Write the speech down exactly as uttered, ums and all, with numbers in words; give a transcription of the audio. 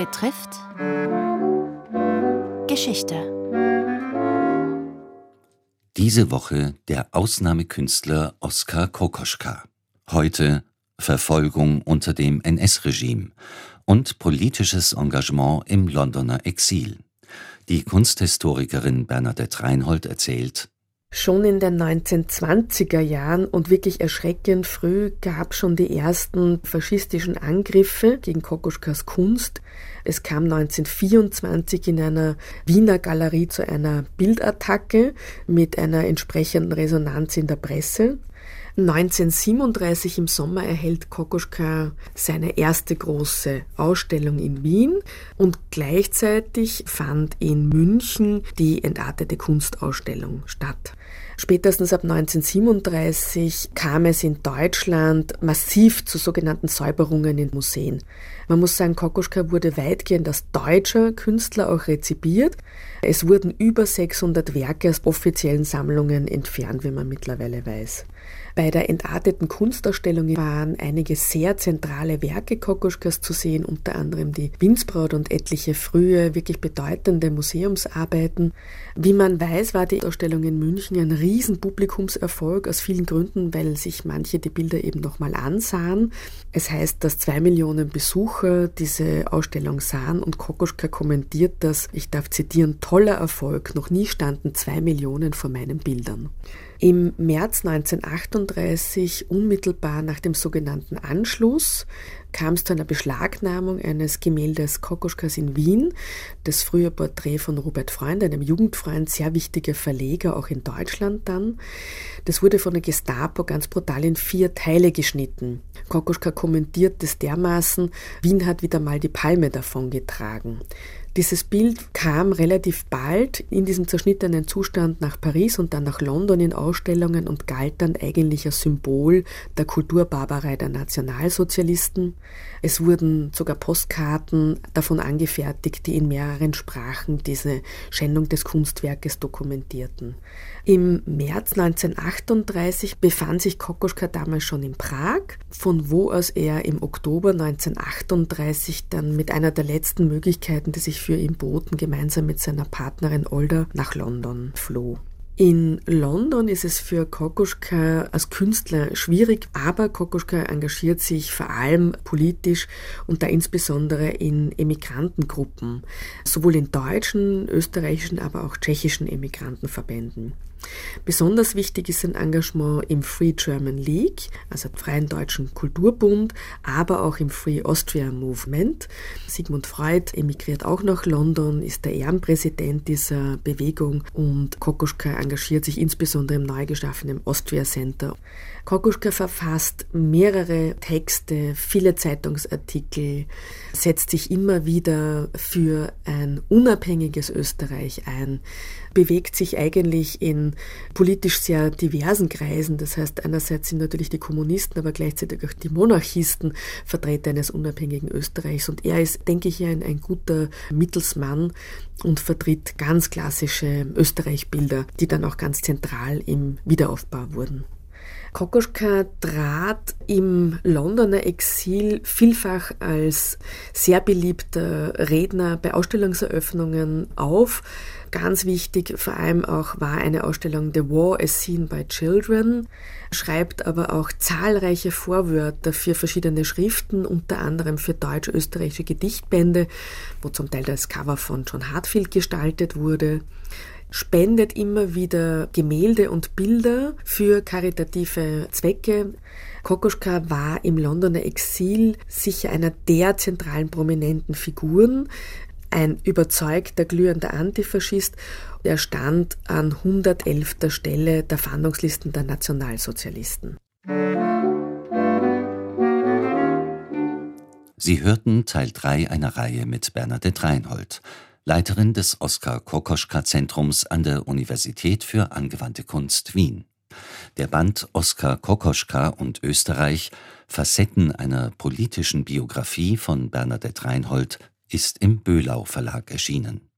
betrifft Geschichte. Diese Woche der Ausnahmekünstler Oskar Kokoschka. Heute Verfolgung unter dem N S-Regime und politisches Engagement im Londoner Exil. Die Kunsthistorikerin Bernadette Reinhold erzählt: Schon in den neunzehnhundertzwanziger Jahren und wirklich erschreckend früh gab es schon die ersten faschistischen Angriffe gegen Kokoschkas Kunst. Es kam neunzehnhundertvierundzwanzig in einer Wiener Galerie zu einer Bildattacke mit einer entsprechenden Resonanz in der Presse. neunzehnhundertsiebenunddreißig im Sommer erhält Kokoschka seine erste große Ausstellung in Wien und gleichzeitig fand in München die entartete Kunstausstellung statt. Spätestens ab neunzehnhundertsiebenunddreißig kam es in Deutschland massiv zu sogenannten Säuberungen in Museen. Man muss sagen, Kokoschka wurde weitgehend als deutscher Künstler auch rezipiert. Es wurden über sechshundert Werke aus offiziellen Sammlungen entfernt, wie man mittlerweile weiß. Bei der entarteten Kunstausstellung waren einige sehr zentrale Werke Kokoschkas zu sehen, unter anderem die Windsbraut und etliche frühe, wirklich bedeutende Museumsarbeiten. Wie man weiß, war die Ausstellung in München ein riesen Publikumserfolg, aus vielen Gründen, weil sich manche die Bilder eben nochmal ansahen. Es heißt, dass zwei Millionen Besucher diese Ausstellung sahen und Kokoschka kommentiert das, ich darf zitieren, toller Erfolg, noch nie standen zwei Millionen vor meinen Bildern. Im März neunzehnhundertachtunddreißig, unmittelbar nach dem sogenannten Anschluss, kam es zu einer Beschlagnahmung eines Gemäldes Kokoschkas in Wien, das frühe Porträt von Robert Freund, einem Jugendfreund, sehr wichtiger Verleger, auch in Deutschland dann. Das wurde von der Gestapo ganz brutal in vier Teile geschnitten. Kokoschka kommentiert das dermaßen, Wien hat wieder mal die Palme davongetragen. Dieses Bild kam relativ bald in diesem zerschnittenen Zustand nach Paris und dann nach London in Ausstellungen und galt dann eigentlich als Symbol der Kulturbarbarei der Nationalsozialisten. Es wurden sogar Postkarten davon angefertigt, die in mehreren Sprachen diese Schändung des Kunstwerkes dokumentierten. Im März neunzehnhundertachtunddreißig befand sich Kokoschka damals schon in Prag, von wo aus er im Oktober neunzehnhundertachtunddreißig dann mit einer der letzten Möglichkeiten, die sich für ihn boten, gemeinsam mit seiner Partnerin Olda nach London floh. In London ist es für Kokoschka als Künstler schwierig, aber Kokoschka engagiert sich vor allem politisch und da insbesondere in Emigrantengruppen, sowohl in deutschen, österreichischen, aber auch tschechischen Emigrantenverbänden. Besonders wichtig ist sein Engagement im Free German League, also Freien Deutschen Kulturbund, aber auch im Free Austria Movement. Sigmund Freud emigriert auch nach London, ist der Ehrenpräsident dieser Bewegung und Kokoschka engagiert sich insbesondere im neu geschaffenen Austria Center. Kokoschka verfasst mehrere Texte, viele Zeitungsartikel, setzt sich immer wieder für ein unabhängiges Österreich ein, bewegt sich eigentlich in politisch sehr diversen Kreisen. Das heißt, einerseits sind natürlich die Kommunisten, aber gleichzeitig auch die Monarchisten Vertreter eines unabhängigen Österreichs. Und er ist, denke ich, ein, ein guter Mittelsmann und vertritt ganz klassische Österreich-Bilder, die dann auch ganz zentral im Wiederaufbau wurden. Kokoschka trat im Londoner Exil vielfach als sehr beliebter Redner bei Ausstellungseröffnungen auf. Ganz wichtig vor allem auch war eine Ausstellung The War as Seen by Children, schreibt aber auch zahlreiche Vorwörter für verschiedene Schriften, unter anderem für deutsch-österreichische Gedichtbände, wo zum Teil das Cover von John Heartfield gestaltet wurde. Spendet immer wieder Gemälde und Bilder für karitative Zwecke. Kokoschka war im Londoner Exil sicher einer der zentralen prominenten Figuren, ein überzeugter, glühender Antifaschist. Er stand an hundertelfter Stelle der Fahndungslisten der Nationalsozialisten. Sie hörten Teil drei einer Reihe mit Bernadette Reinhold, Leiterin des Oskar-Kokoschka-Zentrums an der Universität für Angewandte Kunst Wien. Der Band Oskar Kokoschka und Österreich – Facetten einer politischen Biografie von Bernadette Reinhold ist im Böhlau Verlag erschienen.